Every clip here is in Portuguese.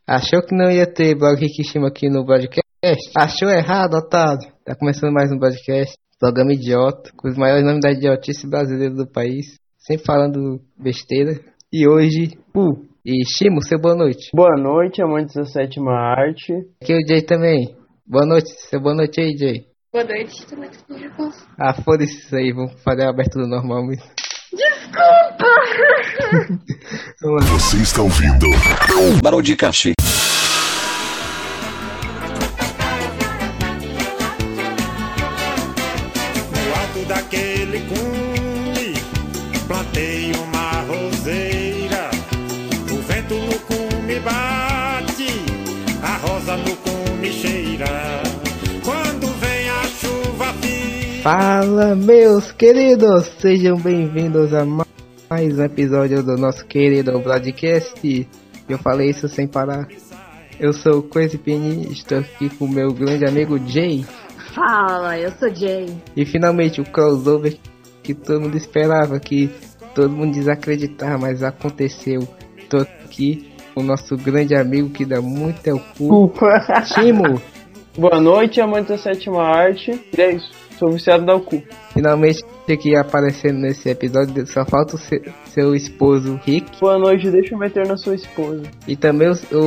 Achou que não ia ter blog Rikishima aqui no podcast? Achou errado, otário. Tá começando mais um podcast, programa idiota, com os maiores nomes da idiotice brasileira do país, sempre falando besteira. E hoje, e Shimo, seu boa noite. Boa noite, amantes da sétima arte. Aqui é o Jay também. Boa noite, seu boa noite aí, Jay. Boa noite, tô muito nervoso. Ah, foda-se isso aí, vamos fazer a abertura normal mesmo. Desculpa! Você está ouvindo Barão de Cachê. No alto daquele cume, plantei uma roseira. O vento no cume bate, a rosa no cume cheira. Quando vem a chuva fica. Fala, meus queridos, sejam bem-vindos a mais um episódio do nosso querido podcast. Eu falei isso sem parar. Eu sou o Crazy Penny, estou aqui com o meu grande amigo Jay. Fala, eu sou Jay. E finalmente o crossover que todo mundo esperava, que todo mundo desacreditava, mas aconteceu. Estou aqui com o nosso grande amigo que dá muito é o cu, Shimo. Boa noite, amantes da sétima arte. E é isso, sou viciado da cu. Finalmente aqui aparecendo nesse episódio, só falta o seu esposo Rick. Boa noite, deixa eu meter na sua esposa. E também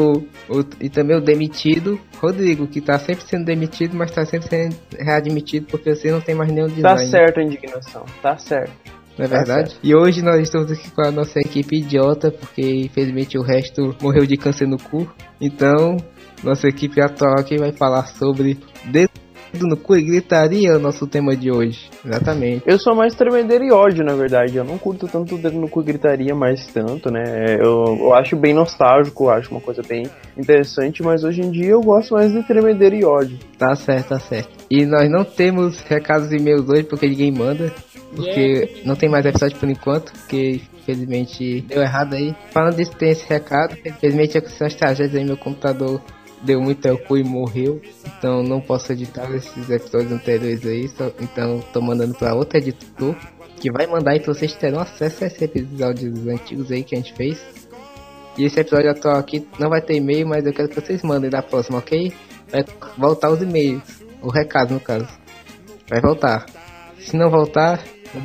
o demitido Rodrigo, que tá sempre sendo demitido, mas tá sempre sendo readmitido porque você não tem mais nenhum design. Tá certo a indignação, tá certo. Não é verdade? E hoje nós estamos aqui com a nossa equipe idiota, porque infelizmente o resto morreu de câncer no cu. Então, nossa equipe atual aqui vai falar sobre dedo no cu e gritaria, o nosso tema de hoje. Exatamente. Eu sou mais tremedeiro e ódio, na verdade. Eu não curto tanto dedo no cu e gritaria mais tanto, né? Eu acho bem nostálgico, acho uma coisa bem interessante, mas hoje em dia eu gosto mais de tremedeiro e ódio. Tá certo, tá certo. E nós não temos recados e e-mails hoje, porque ninguém manda. Porque não tem mais episódio por enquanto, porque infelizmente deu errado aí. Falando disso, tem esse recado. Infelizmente, são as tragédias aí, meu computador deu muito ao cu e morreu. Então não posso editar esses episódios anteriores aí. Então tô mandando pra outro editor, que vai mandar, então vocês terão acesso a esses episódios antigos aí que a gente fez. E esse episódio atual aqui não vai ter e-mail, mas eu quero que vocês mandem da próxima, ok? Vai voltar os e-mails, o recado no caso. Vai voltar. Se não voltar,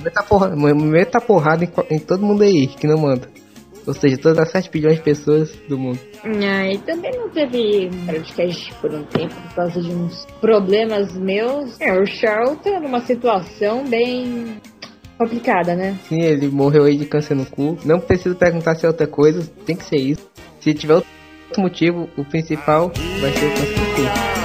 meta porrada em todo mundo aí que não manda. Ou seja, todas as 7 bilhões de pessoas do mundo. E também não teve podcast por um tempo por causa de uns problemas meus. O Charles tá numa situação bem complicada, né? Sim, ele morreu aí de câncer no cu. Não preciso perguntar se é outra coisa, tem que ser isso. Se tiver outro motivo, o principal vai ser o câncer no cu.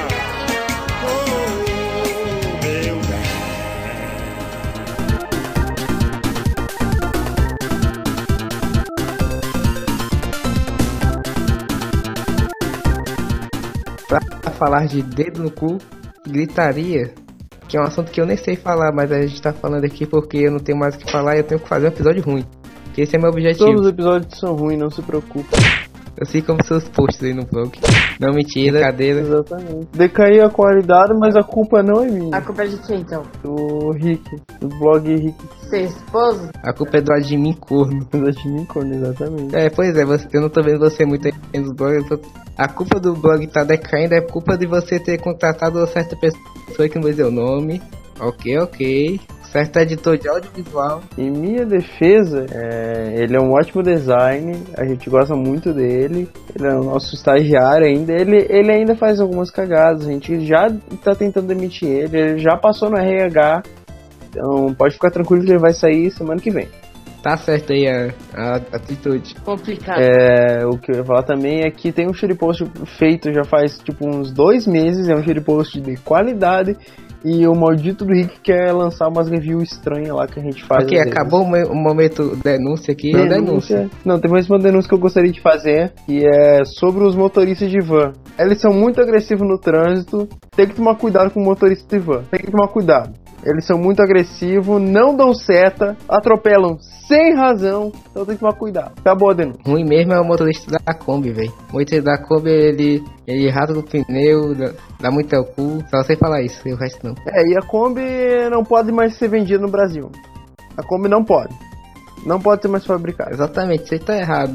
Pra falar de dedo no cu, gritaria, que é um assunto que eu nem sei falar, mas a gente tá falando aqui porque eu não tenho mais o que falar e eu tenho que fazer um episódio ruim. Que esse é meu objetivo. Todos os episódios são ruins, não se preocupe. Assim como seus posts aí no blog. Não, mentira, brincadeira. Exatamente. Decaiu a qualidade, mas a culpa não é minha. A culpa é de quem, então? Do Rick, do blog Rick. Seu esposo? A culpa é do Admin Corno. Do Admin Corno, exatamente. Pois é, eu não tô vendo você muito aí nos blogs. A culpa do blog tá decaindo é culpa de você ter contratado uma certa pessoa que não vai dizer o nome. Ok. Certo editor de audiovisual. Em minha defesa, ele é um ótimo design, a gente gosta muito dele, ele é o nosso estagiário ainda, ele ainda faz algumas cagadas, a gente já tá tentando demitir ele já passou no RH, então pode ficar tranquilo que ele vai sair semana que vem. Tá certo aí a atitude. Complicado. O que eu ia falar também é que tem um shitpost feito já faz tipo uns 2 meses, é um shitpost de qualidade. E o maldito do Rick quer lançar umas reviews estranhas lá que a gente faz. Ok, acabou o momento denúncia aqui. Denúncia. Não, tem mais uma denúncia que eu gostaria de fazer, que é sobre os motoristas de van. Eles são muito agressivos no trânsito, tem que tomar cuidado com o motorista de van. Tem que tomar cuidado. Eles são muito agressivos, não dão seta, atropelam sem razão, então tem que tomar cuidado. Acabou a denúncia. Ruim mesmo é o motorista da Kombi, velho. O motorista da Kombi, ele rasga o pneu, dá muito ao cu. Só sei falar isso, e o resto não. E a Kombi não pode mais ser vendida no Brasil. A Kombi não pode. Não pode ser mais fabricada. Exatamente, você tá errado.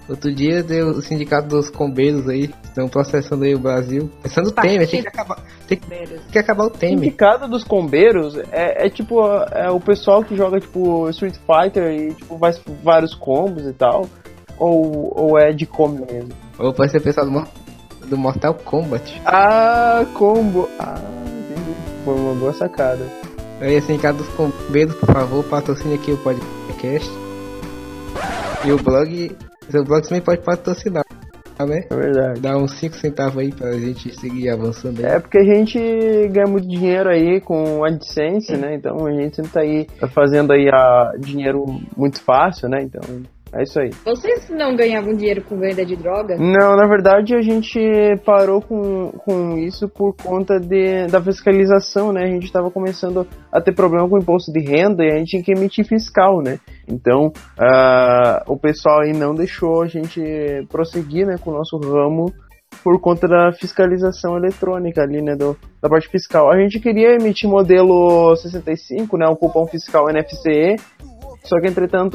Outro dia deu o sindicato dos combeiros aí, estão processando aí o Brasil. Pensando no Temer, tem que acabar o O Temer. sindicato dos combeiros é tipo o pessoal que joga tipo Street Fighter e tipo faz vários combos e tal. Ou é de combo mesmo? Ou pode ser o pessoal do Mortal Kombat. Ah, combo. Ah, entendi. Foi uma boa sacada. Aí, sindicato dos combeiros, por favor, patrocine aqui o podcast. E o blog também pode patrocinar, né? É verdade. Dá uns 5 centavos aí pra gente seguir avançando aí. É porque a gente ganha muito dinheiro aí com AdSense, né? Então a gente sempre tá aí fazendo aí dinheiro muito fácil, né? Então é isso aí. Vocês não ganhavam dinheiro com venda de droga? Não, na verdade a gente parou com isso por conta da fiscalização, né? A gente estava começando a ter problema com o imposto de renda e a gente tinha que emitir fiscal, né? Então o pessoal aí não deixou a gente prosseguir, né, com o nosso ramo por conta da fiscalização eletrônica ali, né, da parte fiscal. A gente queria emitir modelo 65, né, um cupom fiscal NFCE, só que, entretanto,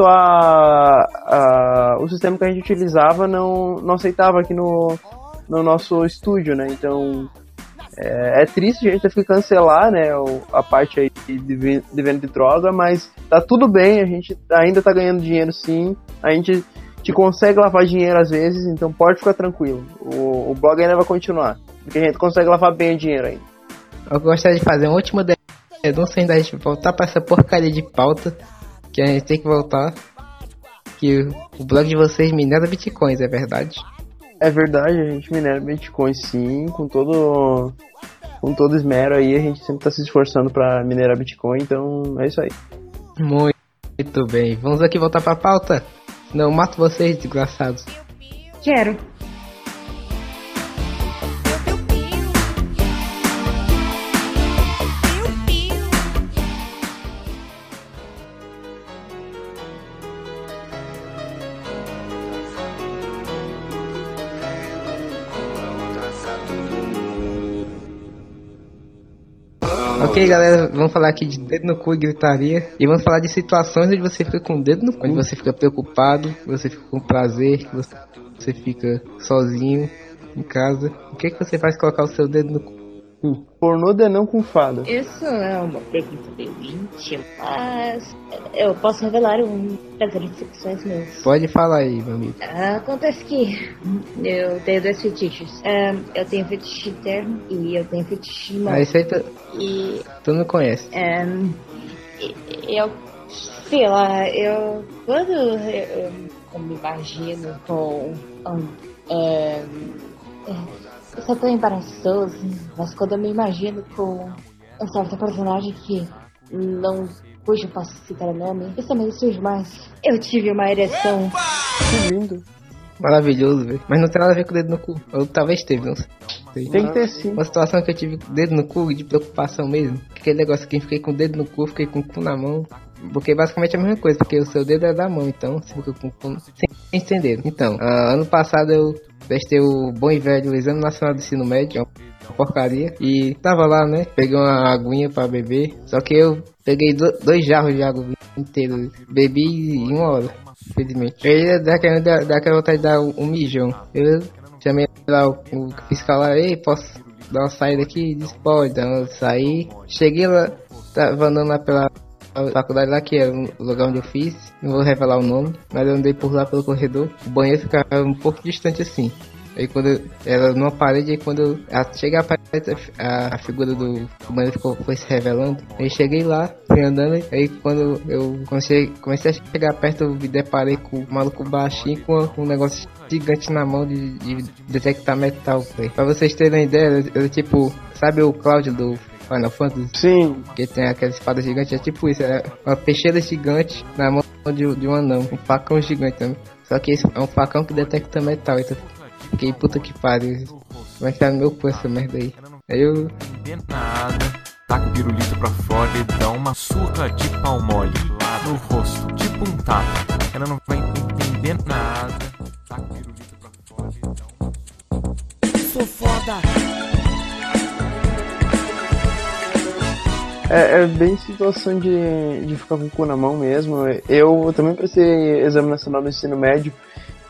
o sistema que a gente utilizava não aceitava aqui no nosso estúdio, né? Então, é triste a gente ter que cancelar, né, a parte aí de venda de droga, mas tá tudo bem, a gente ainda tá ganhando dinheiro sim, a gente consegue lavar dinheiro às vezes, então pode ficar tranquilo. O blog ainda vai continuar, porque a gente consegue lavar bem o dinheiro ainda. Eu gostaria de fazer uma última denúncia ainda, a gente voltar pra essa porcaria de pauta, que a gente tem que voltar, que o blog de vocês minera bitcoins, é verdade? É verdade, a gente minera bitcoin sim, com todo esmero aí, a gente sempre tá se esforçando pra minerar bitcoin, então é isso aí. Muito bem, vamos aqui voltar pra pauta, senão eu mato vocês, desgraçados. Quero. Ok, galera, vamos falar aqui de dedo no cu e gritaria. E vamos falar de situações onde você fica com o dedo no cu, onde você fica preocupado, você fica com prazer, você fica sozinho em casa. O que você faz colocar o seu dedo no cu? Pornô de não com fada. Isso é uma pergunta bem íntima, mas eu posso revelar prazer de secções meus. Pode falar aí, meu amigo. Acontece que eu tenho 2 fetiches. Eu tenho fetiche interno e eu tenho fetiche de mão. Aí você E tu não conhece. eu sei lá, quando eu me imagino com isso é tão embaraçoso, mas quando eu me imagino com um certo personagem cujo eu posso citar o nome, isso também surge mais. Eu tive uma ereção. Que lindo. Maravilhoso, velho. Mas não tem nada a ver com o dedo no cu. Ou talvez teve, não sei. Tem que ter sim. Uma situação que eu tive com o dedo no cu de preocupação mesmo. Aquele negócio que eu fiquei com o dedo no cu, fiquei com o cu na mão. Porque basicamente é a mesma coisa, porque o seu dedo é da mão, então você fica com o cu sem entender. Então, ano passado eu prestei o bom e velho Exame Nacional de Ensino Médio, uma porcaria, e tava lá, né, peguei uma aguinha pra beber, só que eu peguei 2 jarros de água inteiro, bebi em 1 hora, infelizmente. Eu ia dar aquela vontade de dar um mijão. Eu chamei lá o fiscal lá, ei, posso dar uma saída aqui? Ele disse, pode. Então eu saí, cheguei lá, tava andando lá pela faculdade lá, que é o lugar onde eu fiz, não vou revelar o nome, mas eu andei por lá pelo corredor, o banheiro ficava um pouco distante assim. Aí quando era numa parede, aí quando chega a figura do banheiro foi se revelando. Aí cheguei lá, fui andando, aí quando eu comecei a chegar perto, eu me deparei com o maluco baixinho com um negócio gigante na mão de detectar metal. Véio. Pra vocês terem ideia, eu tipo, sabe o Cláudio do Final Fantasy? Sim. Que tem aquela espada gigante, é tipo isso, é uma peixeira gigante na mão de um anão, um facão gigante também. Só que esse é um facão que detecta metal, então fiquei puta que pariu. Como é que tá no meu cu essa merda aí? Aí eu... nada, taca o pirulito pra fora e dá uma surra de pau mole lá no rosto, tipo um tapa. Ela não vai entender nada, taca o pirulito pra fora e dá uma... Sou foda! É bem situação de ficar com o cu na mão mesmo. Eu também prestei Exame Nacional do Ensino Médio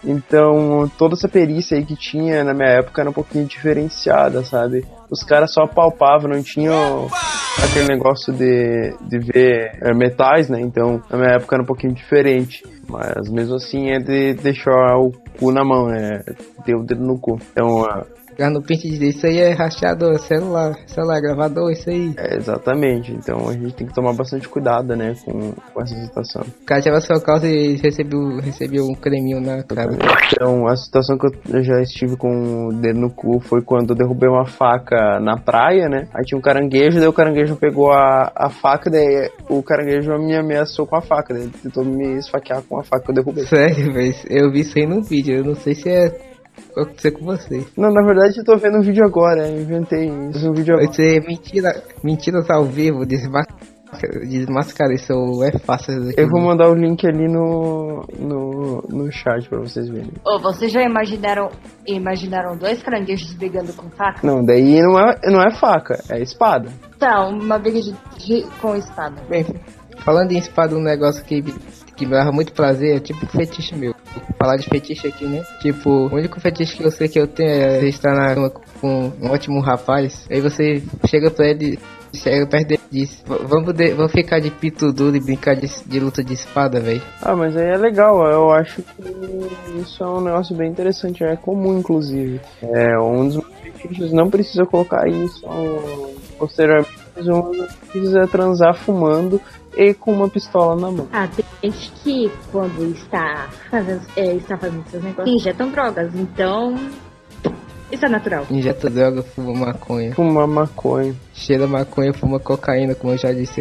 Então, toda essa perícia aí que tinha na minha época era um pouquinho diferenciada, sabe? Os caras só palpavam, não tinham aquele negócio de ver metais, né? Então, na minha época era um pouquinho diferente. Mas mesmo assim é de deixar o cu na mão, ter o dedo no cu. Então, Jogar no pente dizer isso aí é rastreador, celular, gravador, isso aí. Exatamente. Então a gente tem que tomar bastante cuidado, né, com essa situação. O cara tirava sua calça e recebeu um creminho na cara. Então, a situação que eu já estive com o dedo no cu foi quando eu derrubei uma faca na praia, né? Aí tinha um caranguejo, daí o caranguejo pegou a faca, daí o caranguejo me ameaçou com a faca, daí ele tentou me esfaquear com a faca que eu derrubei. Sério, velho? Eu vi isso aí no vídeo, eu não sei se acontecer com você. Não, na verdade eu tô vendo um vídeo agora, eu inventei isso. Um vídeo agora. Vai ser mentiras ao vivo, desmascarar isso é fácil. Eu vou mandar o link ali no chat pra vocês verem. Vocês já imaginaram dois caranguejos brigando com faca? Não, daí não é faca, é espada. Tá, uma briga com espada. Bem, falando em espada, um negócio que me dava muito prazer, é tipo fetiche meu. Falar de fetiche aqui, né? Tipo, o único fetiche que eu sei que eu tenho é você estar na cama com um ótimo rapaz. Aí você chega pra ele, chega perto dele e diz: vamos ficar de pito duro e brincar de luta de espada, velho. Ah, mas aí é legal, eu acho que isso é um negócio bem interessante, é comum, inclusive. É um dos meus fetiches, não precisa colocar isso posteriormente, mas um precisa transar fumando e com uma pistola na mão. Tem gente que quando está fazendo seus negócios injetam drogas, então isso é natural. Injeta droga, fuma maconha. Fumar maconha. Cheira maconha, fuma cocaína, como eu já disse.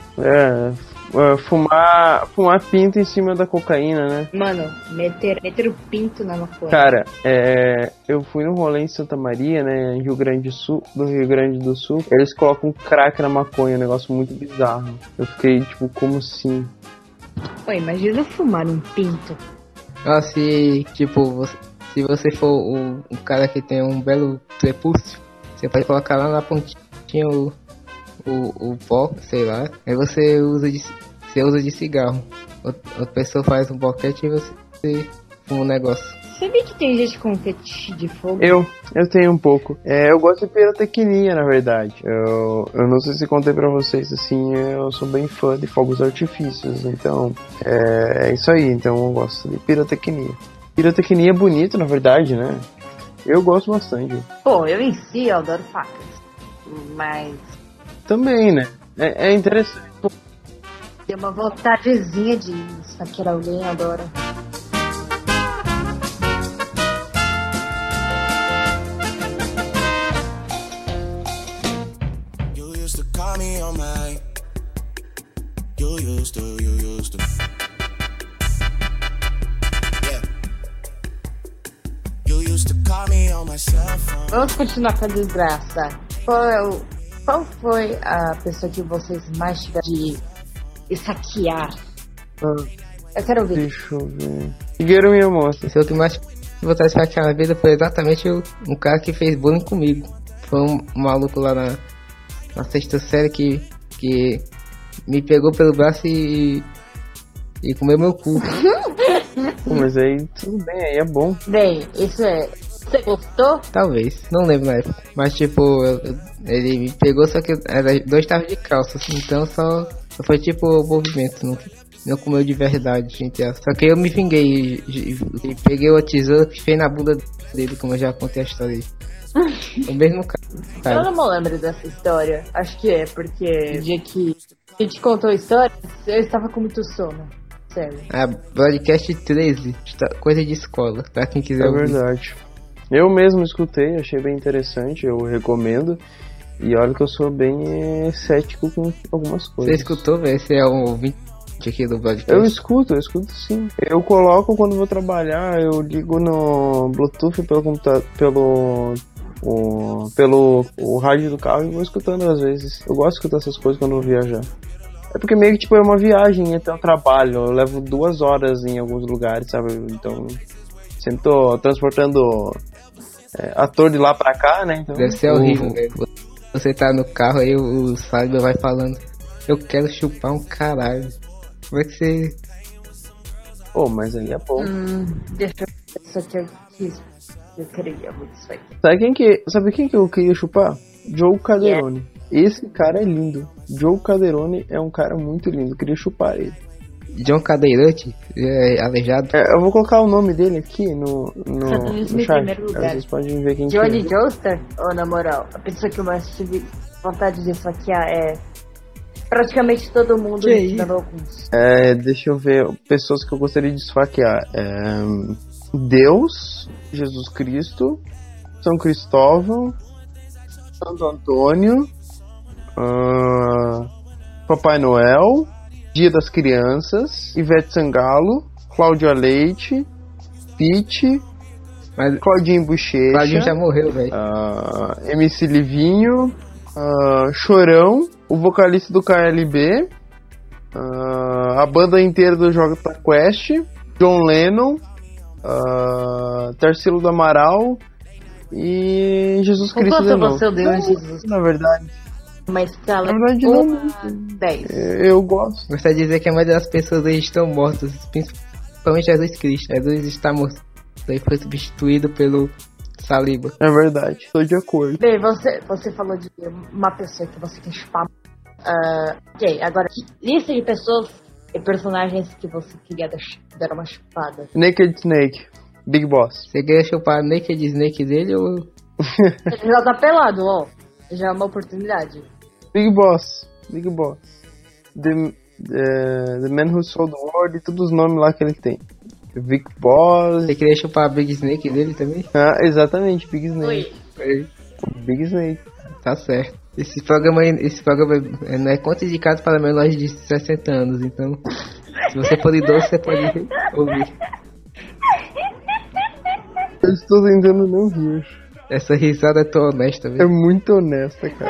Fumar pinto em cima da cocaína, né? Mano, meter o pinto na maconha. Cara, eu fui no rolê em Santa Maria, né, do Rio Grande do Sul. Eles colocam crack na maconha, um negócio muito bizarro. Eu fiquei tipo, como assim? Pô, imagina fumar um pinto. Se você for um cara que tem um belo prepúcio, você pode colocar lá na pontinha o pó, sei lá. Aí você usa de cigarro. Outra pessoa faz um boquete e você fuma um negócio. Sabia que tem gente com fetiche de fogo? Eu tenho um pouco. Eu gosto de pirotecnia, na verdade. Eu não sei se contei pra vocês, assim, eu sou bem fã de fogos artifícios. Então, é isso aí. Então eu gosto de pirotecnia. Pirotecnia é bonito, na verdade, né? Eu gosto bastante. Pô, eu em si eu adoro facas. Mas também, né? É interessante. Tem uma vontadezinha de esfaquear alguém agora. You used to call me on my. You used to. Yeah. You used to call me on my cell phone. Vamos continuar com a desgraça. Qual foi a pessoa que vocês mais tiveram de saquear? Eu quero ouvir. Deixa eu ver. Figueiro minha moça. O que mais vontade de saquear na vida foi exatamente um cara que fez bullying comigo. Foi um maluco lá na sexta série que me pegou pelo braço e comeu meu cu. Mas aí tudo bem, aí é bom. Bem, isso é... Você gostou? Talvez, não lembro na época. Mas tipo, ele me pegou, só que era 2 tarros de calça, assim, então só foi tipo o movimento, não comeu de verdade, gente. Só que eu me vinguei e peguei o tesouro que fez na bunda dele, como eu já contei a história aí. O mesmo cara. Eu não lembro dessa história. Acho que é, porque no dia que a gente contou a história, eu estava com muito sono. Sério. Broadcast 13, coisa de escola, pra quem quiser ouvir. É verdade. Eu mesmo escutei, achei bem interessante, eu recomendo. E olha que eu sou bem cético com algumas coisas. Você escutou, velho? Você é um ouvinte aqui do podcast? Eu escuto sim. Eu coloco quando vou trabalhar, eu ligo no Bluetooth pelo computador, pelo rádio do carro e vou escutando às vezes. Eu gosto de escutar essas coisas quando eu vou viajar. É porque meio que tipo é uma viagem até o trabalho. Eu levo 2 horas em alguns lugares, sabe? Então sempre tô transportando ator de lá pra cá, né? Então, deve ser horrível, velho. Você tá no carro aí, o Cyber vai falando: eu quero chupar um caralho. Como é que você... Mas aí é bom. Deixa pessoa que eu queria muito esfaquear. Sabe quem que eu queria chupar? Joe Calderone. Esse cara é lindo. Joe Calderone é um cara muito lindo. Eu queria chupar ele. John Cadeirante, aleijado. Eu vou colocar o nome dele aqui no Em chat. primeiro lugar. Vocês podem ver quem Johnny que é. Joestar, ou na moral, a pessoa que eu mais tive vontade de esfaquear é praticamente todo mundo Que isso? dando alguns. Deixa eu ver. Pessoas que eu gostaria de esfaquear. Deus, Jesus Cristo, São Cristóvão, Santo Antônio, Papai Noel, Dia das Crianças, Ivete Sangalo, Cláudia Leite, Pitty, Mas Claudinho Bochecha, Claudinho já morreu, velho. MC Livinho, Chorão, o vocalista do KLB, a banda inteira do Jota Quest, John Lennon, Tarsilo do Amaral e Jesus Com Cristo de quanto novo. você deu a Jesus? Na verdade, Uma escala na verdade de não 1 a muito. 10. Eu gosto. Gostaria de dizer que a maioria das pessoas hoje estão mortas, principalmente Jesus Cristo. Jesus está morto. Daí foi substituído pelo Saliba. É verdade, estou de acordo. Bem, você falou de uma pessoa que você quer chupar. Ok, agora, lista de pessoas e personagens que você queria dar uma chupada. Naked Snake, Big Boss. Você queria chupar a Naked Snake dele ou... Ele já tá pelado, ó. Já é uma oportunidade. Big Boss. The Man Who Sold the World e todos os nomes lá que ele tem. Big Boss. Você queria chupar a Big Snake dele também? Exatamente, Big Snake. Oi. Big Snake. Tá certo. Esse programa não é contraindicado para menores de 60 anos, então se você for idoso, você pode ouvir. Eu estou tentando não rir. Essa risada é tão honesta, É velho. muito honesta, cara.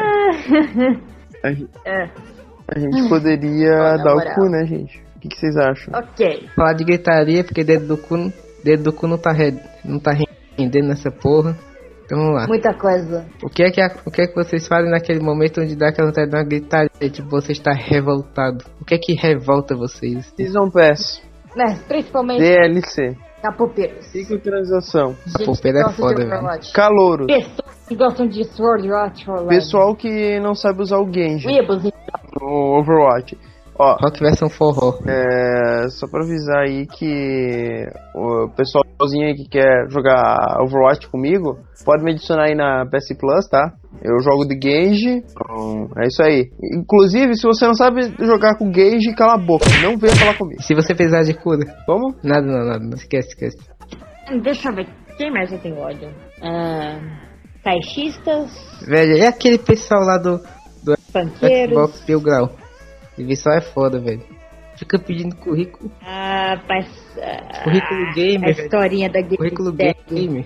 A gente poderia Ó, na dar moral. o cu, né, gente? O que vocês acham? Ok. Falar de gritaria, porque dedo do cu não tá rendendo nessa porra. Então vamos lá. Muita coisa. O que é que vocês fazem naquele momento onde dá aquela vontade de dar uma gritaria, tipo, você está revoltado? O que é que revolta vocês? Season Pass, Né, principalmente DLC, capopeiros. ciclotransação, Gente Popeiro que é gosta foda, de velho. Overwatch. calouros, Pessoas que gostam de Sword Art Online. pessoal que não sabe usar o Genji Weebos. no Overwatch. Ó, Rock versão forró. só pra avisar aí que o pessoalzinho aí que quer jogar Overwatch comigo, pode me adicionar aí na PS Plus, tá? Eu jogo de Genji, então é isso aí. Inclusive, se você não sabe jogar com Genji, cala a boca, não venha falar comigo. Se você precisar de cura, Vamos? nada, não. Esquece. Deixa eu ver. Quem mais eu tenho ódio? Caixistas, Velho, é aquele pessoal lá do banqueiros. Xbox Pio Grau. E pessoal é foda, velho. Fica pedindo currículo currículo A gamer, velho. historinha da Currículo Gamer. gamer.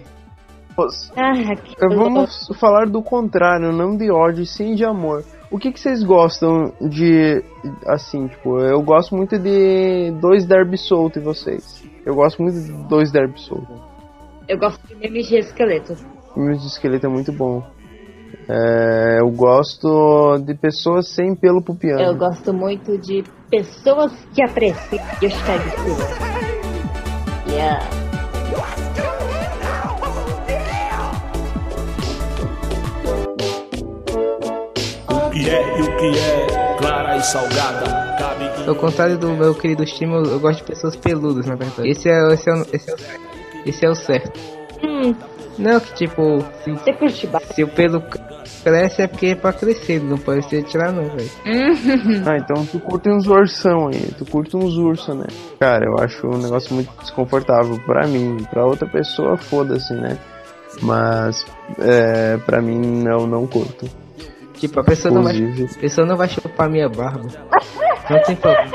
Vamos falar do contrário, não de ódio, sim de amor. O que vocês gostam de, assim, tipo, eu gosto muito de 2 Derby Soul, e vocês? Eu gosto muito de 2 Derby Soul. Eu gosto de memes de esqueleto. O meu de esqueleto é muito bom. Eu gosto de pessoas sem pelo pro piano. Eu gosto muito de pessoas que apreciam Yoshikage Kuro. Yeah. O que é clara e salgada. Cabe Ao contrário do meu querido Steam, eu gosto de pessoas peludas, na verdade. Esse é o certo. Não, que tipo, Você curte se o pelo cresce é porque é pra crescer, não pode ser tirar não, velho. Então tu curte uns ursão aí, tu curte uns urso, né? Cara, eu acho um negócio muito desconfortável pra mim, pra outra pessoa foda-se, né? Mas, pra mim, eu não curto. Tipo, a pessoa não vai chupar minha barba. Não tem problema.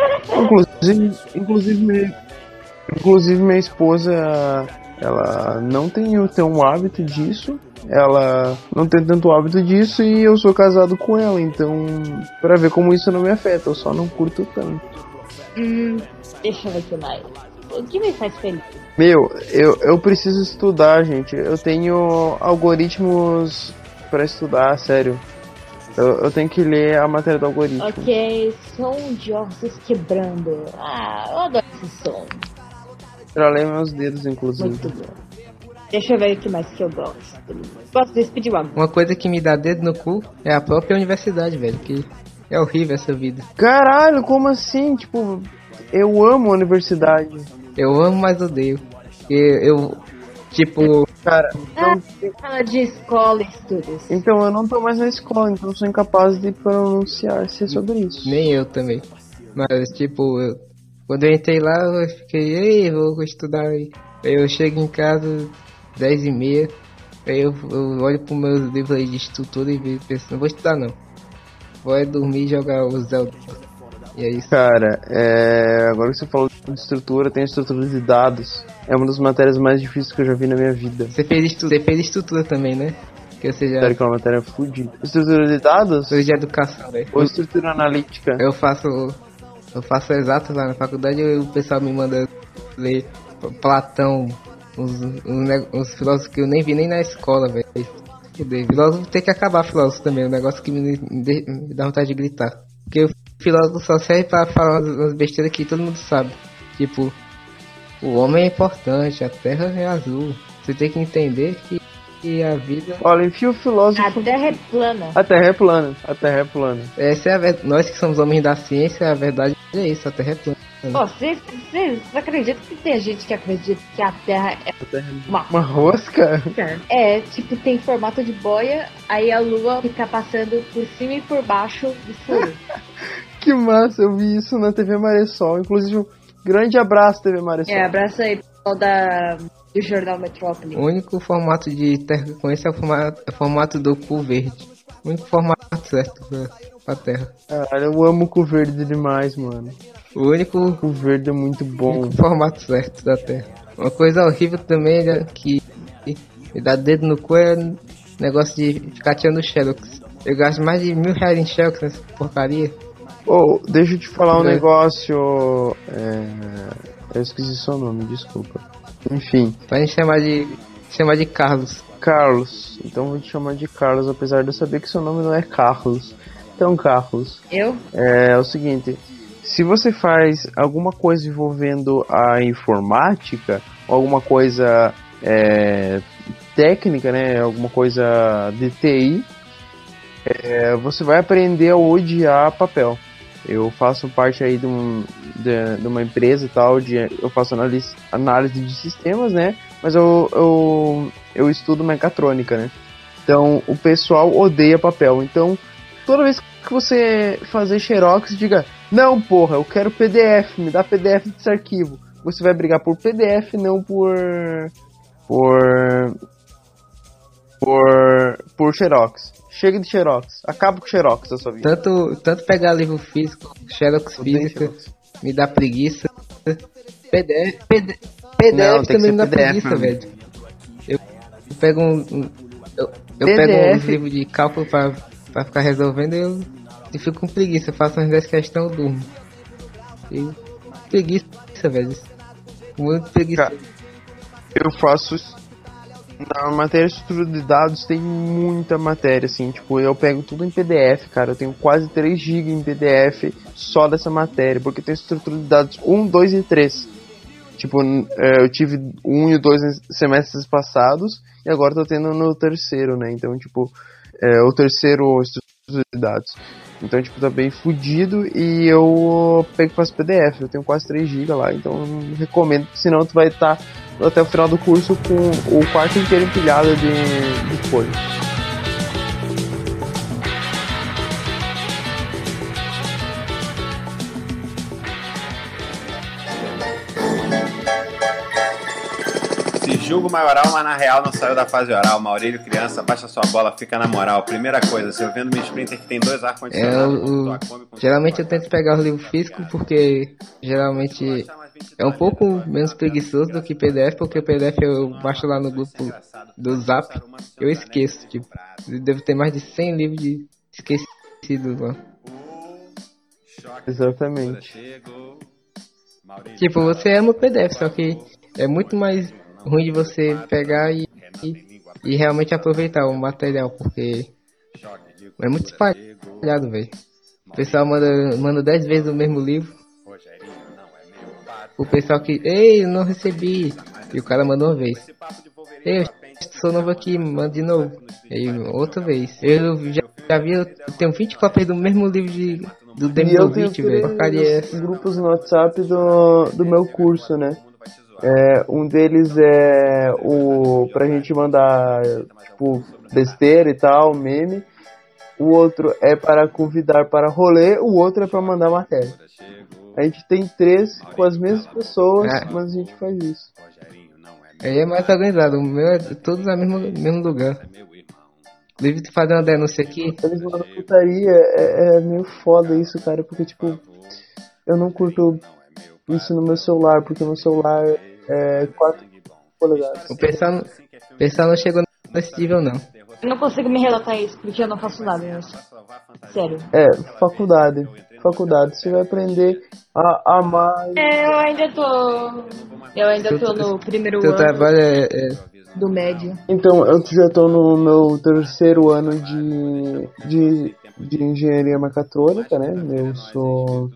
Inclusive minha esposa, ela não tem um hábito disso. Ela não tem tanto hábito disso e eu sou casado com ela, então pra ver como isso não me afeta, eu só não curto tanto. Deixa eu ver o que mais. O que me faz feliz? Meu, eu preciso estudar, gente. Eu tenho algoritmos pra estudar, sério. Eu tenho que ler a matéria do algoritmo. Ok, som de ossos quebrando. Eu adoro esse som. Estralei meus dedos, inclusive. Muito bom. Deixa eu ver o que mais que eu gosto. Gosto de speedrun. Uma coisa que me dá dedo no cu é a própria universidade, velho. Que é horrível essa vida. Caralho, como assim? Tipo, eu amo a universidade. Eu amo, mas odeio. Eu tipo, Cara, então, Fala de escola e estudos. então eu não tô mais na escola, então eu sou incapaz de pronunciar-se sobre isso. nem eu também. Mas tipo, quando eu entrei lá, eu fiquei, ei, vou estudar aí. Aí eu chego em casa, 10h30. Aí eu olho pros meus livros aí de estrutura e penso, não vou estudar não. Vou é dormir e jogar o Zelda. E é isso. Cara, agora que você falou de estrutura, tem a estrutura de dados. É uma das matérias mais difíceis que eu já vi na minha vida. Você fez estrutura também, né? Que você já Sério que é uma matéria fodida. Estrutura de dados? fez de educação, velho. Ou estrutura analítica? Eu faço exato lá na faculdade e o pessoal me manda ler Platão, uns filósofos que eu nem vi nem na escola, velho. Fudeu. Filósofo tem que acabar filósofo também, é um negócio que me dá vontade de gritar. Porque o filósofo só serve pra falar umas besteiras que todo mundo sabe. Tipo, o homem é importante, a terra é azul. Você tem que entender que a vida... Olha, enfia o filósofo... A Terra é plana. A Terra é plana. A Terra é plana. Essa é a verdade. Nós que somos homens da ciência, a verdade é isso, a terra é plana. Vocês acreditam que tem gente que acredita que a Terra é Uma rosca? É, tipo, tem formato de boia, aí a Lua fica passando por cima e por baixo do Sol. Que massa, eu vi isso na TV Maressol. Inclusive, um grande abraço, TV Maressol. Abraço aí, pessoal do Jornal Metrópole. O único formato de terra que eu conheço é o formato do cu verde. O único formato certo pra terra. Caralho, eu amo o cu verde demais, mano. O único O verde é muito bom. formato certo da terra. Uma coisa horrível também que me dá dedo no cu é negócio de ficar tirando Xerox. Eu gasto mais de R$1.000 em Xerox nessa porcaria. Oh, deixa eu te falar um É. negócio. Eu esqueci seu nome, desculpa. Enfim, Pra gente chamar de Carlos. Carlos. Então vou te chamar de Carlos, apesar de eu saber que seu nome não é Carlos. Então, Carlos, Eu? é o seguinte: se você faz alguma coisa envolvendo a informática, ou alguma coisa técnica, né? Alguma coisa de TI, você vai aprender a odiar papel. Eu faço parte aí de uma empresa e tal, eu faço análise de sistemas, né? Mas eu estudo mecatrônica, né? Então o pessoal odeia papel. Então toda vez que você fazer xerox, diga: não, porra, eu quero PDF, me dá PDF desse arquivo. Você vai brigar por PDF, não por xerox. Chega de xerox, acaba com xerox da sua vida. Tanto pegar livro físico, Xerox Odeio física, xerox. me dá preguiça. PDF Não, tem que também ser me dá PDF, preguiça, mano. velho. Eu pego eu pego uns livros de cálculo pra ficar resolvendo e fico com preguiça. Eu faço umas 10 questões e durmo. E preguiça, velho. Muito preguiça. Cara, eu faço na matéria de estrutura de dados, tem muita matéria, assim, tipo, eu pego tudo em PDF, cara, eu tenho quase 3 GB em PDF só dessa matéria, porque tem estrutura de dados 1, 2 e 3. Tipo, eu tive 1 e 2 semestres passados, e agora tô tendo no terceiro, né, então, tipo, o terceiro estrutura de dados. Então, tipo, tá bem fudido, e eu pego e faço PDF, eu tenho quase 3 GB lá, então eu não recomendo, senão tu vai estar até o final do curso com o quarto inteiro empilhado de folha. Se julga o maioral, mas na real não saiu da fase oral. Maurílio, criança, baixa sua bola, fica na moral. Primeira coisa, se eu vendo minha Sprinter que tem 2 ar-condicionados... Geralmente eu tento pegar os livros físicos porque geralmente é um pouco menos preguiçoso do que PDF, porque o PDF eu baixo lá no grupo do Zap, eu esqueço, tipo, eu devo ter mais de 100 livros de esquecidos lá. Exatamente. Tipo, você ama o PDF, só que é muito mais ruim de você pegar e realmente aproveitar o material, porque é muito espalhado, velho. O pessoal manda 10 vezes o mesmo livro. o pessoal que, ei, eu não recebi. E o cara mandou uma vez. Ei, eu sou novo aqui, manda de novo. E outra vez. Eu já vi, eu tenho 20 cópias do mesmo livro do Demonovich, velho. Porcaria os grupos no WhatsApp do meu curso, né? Um deles é pra gente mandar, tipo, besteira e tal, meme. O outro é para convidar para rolê, o outro é para mandar matéria. A gente tem 3 com as mesmas pessoas, mas a gente faz isso. Aí é mais organizado, o meu é todos no mesmo lugar. Inclusive, tu fazer uma denúncia aqui. Eles mandam putaria, é meio foda isso, cara, porque, tipo, eu não curto isso no meu celular, porque meu celular é 4 polegadas. O pessoal não chegou nesse nível, não. Eu não consigo me relatar isso, porque eu não faço nada nisso. Sério. Faculdade. Você vai aprender a amar. Eu ainda tô no primeiro ano. Teu trabalho do médio. Então, eu já tô no meu 3º ano de engenharia mecatrônica, né? Eu sou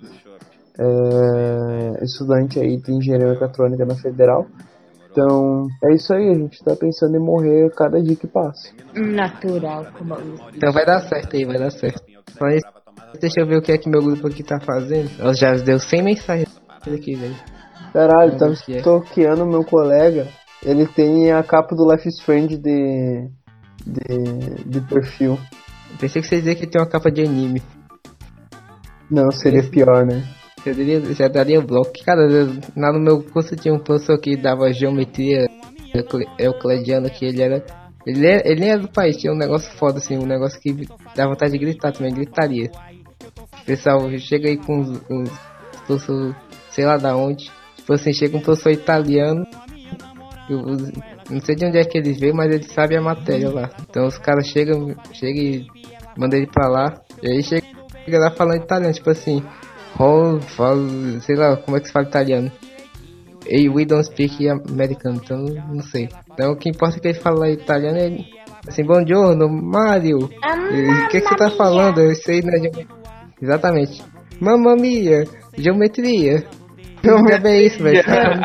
estudante aí de engenharia mecatrônica na Federal. Então, é isso aí, a gente tá pensando em morrer cada dia que passa. Natural, como eu disse. Então vai dar certo aí, vai dar certo. Mas deixa eu ver o que é que meu grupo aqui tá fazendo. Ela já deu 100 mensagens aqui, velho. Caralho, tá stalkeando meu colega. Ele tem a capa do Life is Strange de perfil. Pensei que você dizia que tem uma capa de anime. Não, seria pior, né? Já daria bloco. Cara, lá no meu curso tinha um professor que dava geometria euclidiana, que ele nem era do país, tinha um negócio foda assim, um negócio que dá vontade de gritar também, gritaria. O pessoal chega aí com uns professor, sei lá da onde, tipo assim, chega um professor italiano, não sei de onde é que ele veio, mas ele sabe a matéria lá. Então os caras chegam e mandam ele pra lá, e aí chega lá falando italiano, tipo assim, sei lá, como é que se fala italiano? E we don't speak americano, então não sei. Então o que importa é que ele fala italiano é assim, buongiorno, Mario. O que você tá falando? Eu sei, né? Exatamente. Mamma mia, geometria. É isso, velho.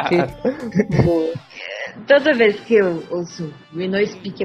Toda vez que eu ouço We No Speak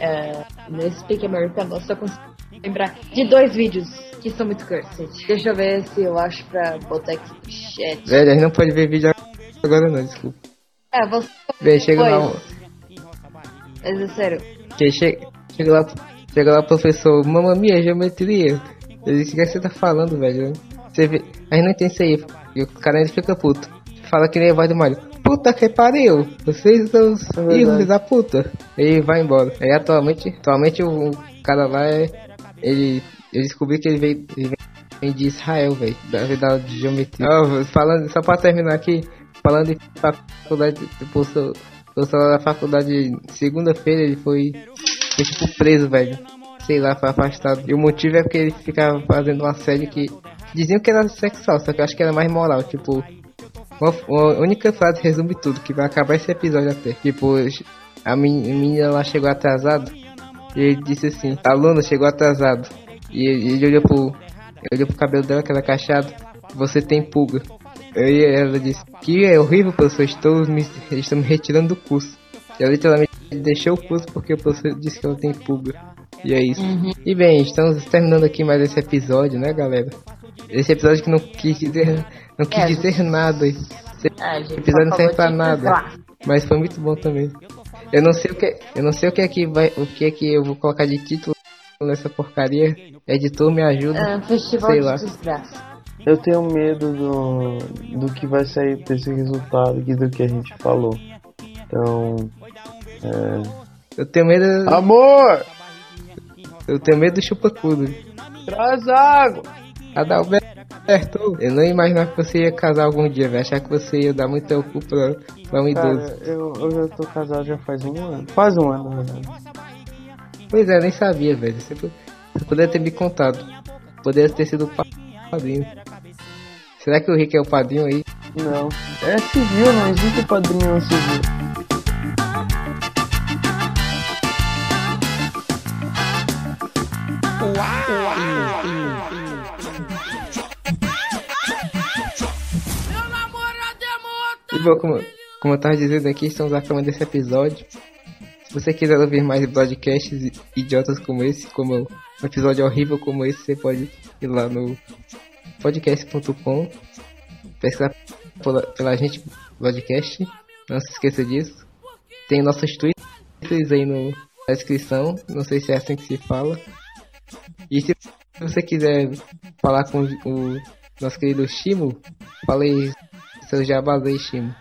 Americano, eu só consigo lembrar de 2 vídeos que são muito cursed. Deixa eu ver se eu acho pra botar aqui no chat. Velho, a gente não pode ver vídeo agora não, desculpa. Você... Velho, chega lá... Mas é sério. Chega lá o professor, mamma mia, geometria. Ele diz, o que você tá falando, velho? Você vê... A gente não entende isso aí. E o cara ainda fica puto. Fala que nem a voz do Mario. Puta que pariu! Vocês são os filhos da puta. E vai embora. Aí atualmente o cara lá ele descobriu que ele vem de Israel, velho. Da de geometria. Falando, só pra terminar aqui, falando de faculdade, o da faculdade, segunda-feira ele foi tipo preso, velho. Sei lá, foi afastado. E o motivo é porque ele ficava fazendo uma série que diziam que era sexual, só que eu acho que era mais moral, tipo... Uma única frase resume tudo, que vai acabar esse episódio até. Tipo, a menina lá chegou atrasada e ele disse assim, aluno chegou atrasado. E ele olhou pro cabelo dela, que era cacheado. Você tem pulga. Aí ela disse, que é horrível, professor, estou me retirando do curso. Ela literalmente deixou o curso porque o professor disse que ela tem pulga. E é isso. E bem, estamos terminando aqui mais esse episódio, né, galera? Esse episódio que não quis dizer nada. Esse episódio não serve pra nada. Mas foi muito bom também. Eu não sei o que é que eu vou colocar de título nessa porcaria. Editor, me ajuda. Festival sei de lá. Desgraça. Eu tenho medo do que vai sair desse resultado aqui do que a gente falou. Então, eu tenho medo. Amor! Eu tenho medo do chupa-cudo. Traz água! Adalberto, eu não imaginava que você ia casar algum dia, velho. Achar que você ia dar muito teu cu pra um idoso. Cara, eu já tô casado já faz 1 ano. Quase 1 ano, na verdade. Pois é, eu nem sabia, velho. Você poderia ter me contado. Poderia ter sido o padrinho. Será que o Rick é o padrinho aí? Não. É civil, não existe padrinho civil. Meu namorado é bom, como eu tava dizendo aqui, estamos acabando desse episódio. Se você quiser ouvir mais podcasts idiotas como esse, como um episódio horrível como esse, você pode ir lá no podcast.com, pesquisar pela gente podcast, não se esqueça disso. Tem nossos tweets aí na descrição, não sei se é assim que se fala. E se você quiser falar com o nosso querido Shimo, falei seu jabás aí, Shimo.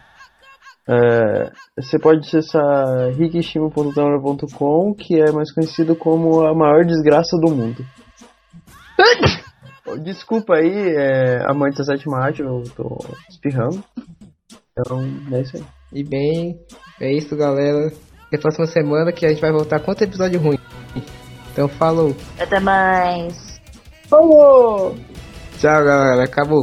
Você pode acessar rikishimo.tumblr.com, que é mais conhecido como a maior desgraça do mundo. Desculpa aí, amante da sétima arte, eu tô espirrando. Então, é isso aí. E bem, é isso, galera. Até a próxima semana que a gente vai voltar com outro episódio ruim. Então, falou. Até mais. Falou! Tchau, galera. Acabou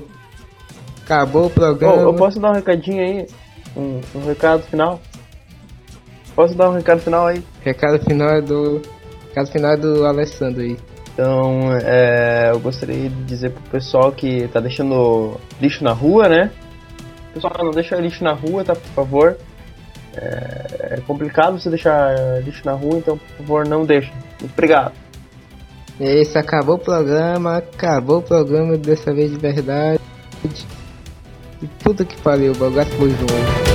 o programa. Eu posso dar um recadinho aí? Um recado final? Posso dar um recado final aí? Recado final é do Alessandro aí. Então, eu gostaria de dizer pro pessoal que tá deixando lixo na rua, né? Pessoal, não deixa lixo na rua, tá? Por favor. É complicado você deixar lixo na rua, então, por favor, não deixe. Obrigado. Esse acabou o programa dessa vez de verdade. E puta que pariu, o bagaço foi João.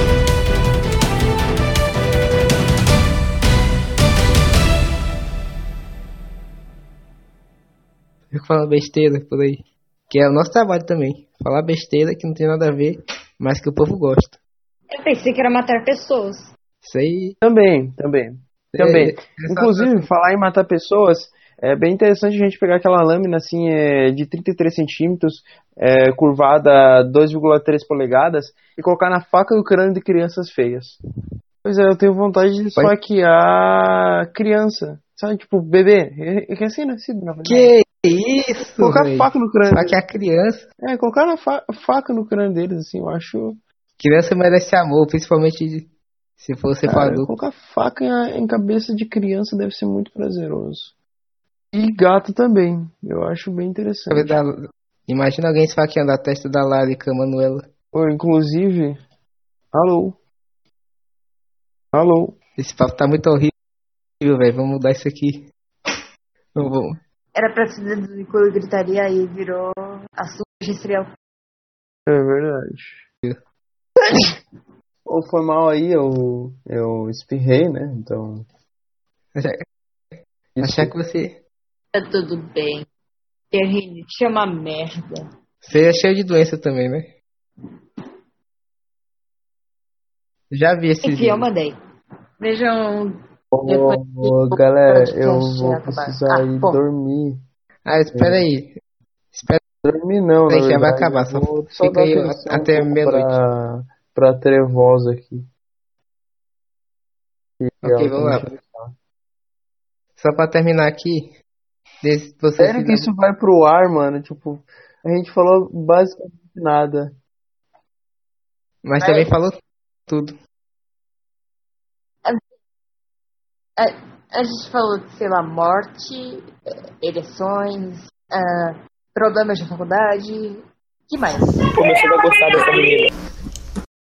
Fico falando besteira por aí. Que é o nosso trabalho também. Falar besteira que não tem nada a ver, mas que o povo gosta. Eu pensei que era matar pessoas. Isso aí. Também. Inclusive, falar em matar pessoas, é bem interessante a gente pegar aquela lâmina assim, de 33 centímetros, curvada 2,3 polegadas, e colocar na faca do crânio de crianças feias. Pois é, eu tenho vontade de esfaquear criança. Sabe, tipo, bebê, recém-nascido, na verdade. Que isso, colocar a faca no crânio. Esfaquear criança. Colocar a faca no crânio deles, assim, eu acho... Criança merece amor, principalmente se fosse adulto. Colocar faca em cabeça de criança deve ser muito prazeroso. E gato também, eu acho bem interessante. Imagina alguém esfaqueando a testa da Larica Manuela. Inclusive... Alô? Esse papo tá muito horrível, velho. Vamos mudar isso aqui. Vamos. Era pra ser deduzir quando gritaria e virou assunto industrial. É verdade. Ou foi mal aí, eu espirrei, né? Então. Achar que você. Tá tudo bem. Terrine, te chama merda. Você é cheio de doença também, né? Já vi esse vídeo. Eu mandei. Vejam. Galera, eu vou precisar ir dormir. Espera aí. Dormir não, né? Já vai verdade, acabar, só fica dar aí atenção até meia-noite. Pra trevosa aqui. Ok, vamos lá. Só pra terminar aqui. Sério que isso vai pro ar, mano? Tipo, a gente falou basicamente nada. Mas também falou tudo. A gente falou de, sei lá, morte, ereções, problemas de faculdade. Que mais? Começou a gostar dessa menina.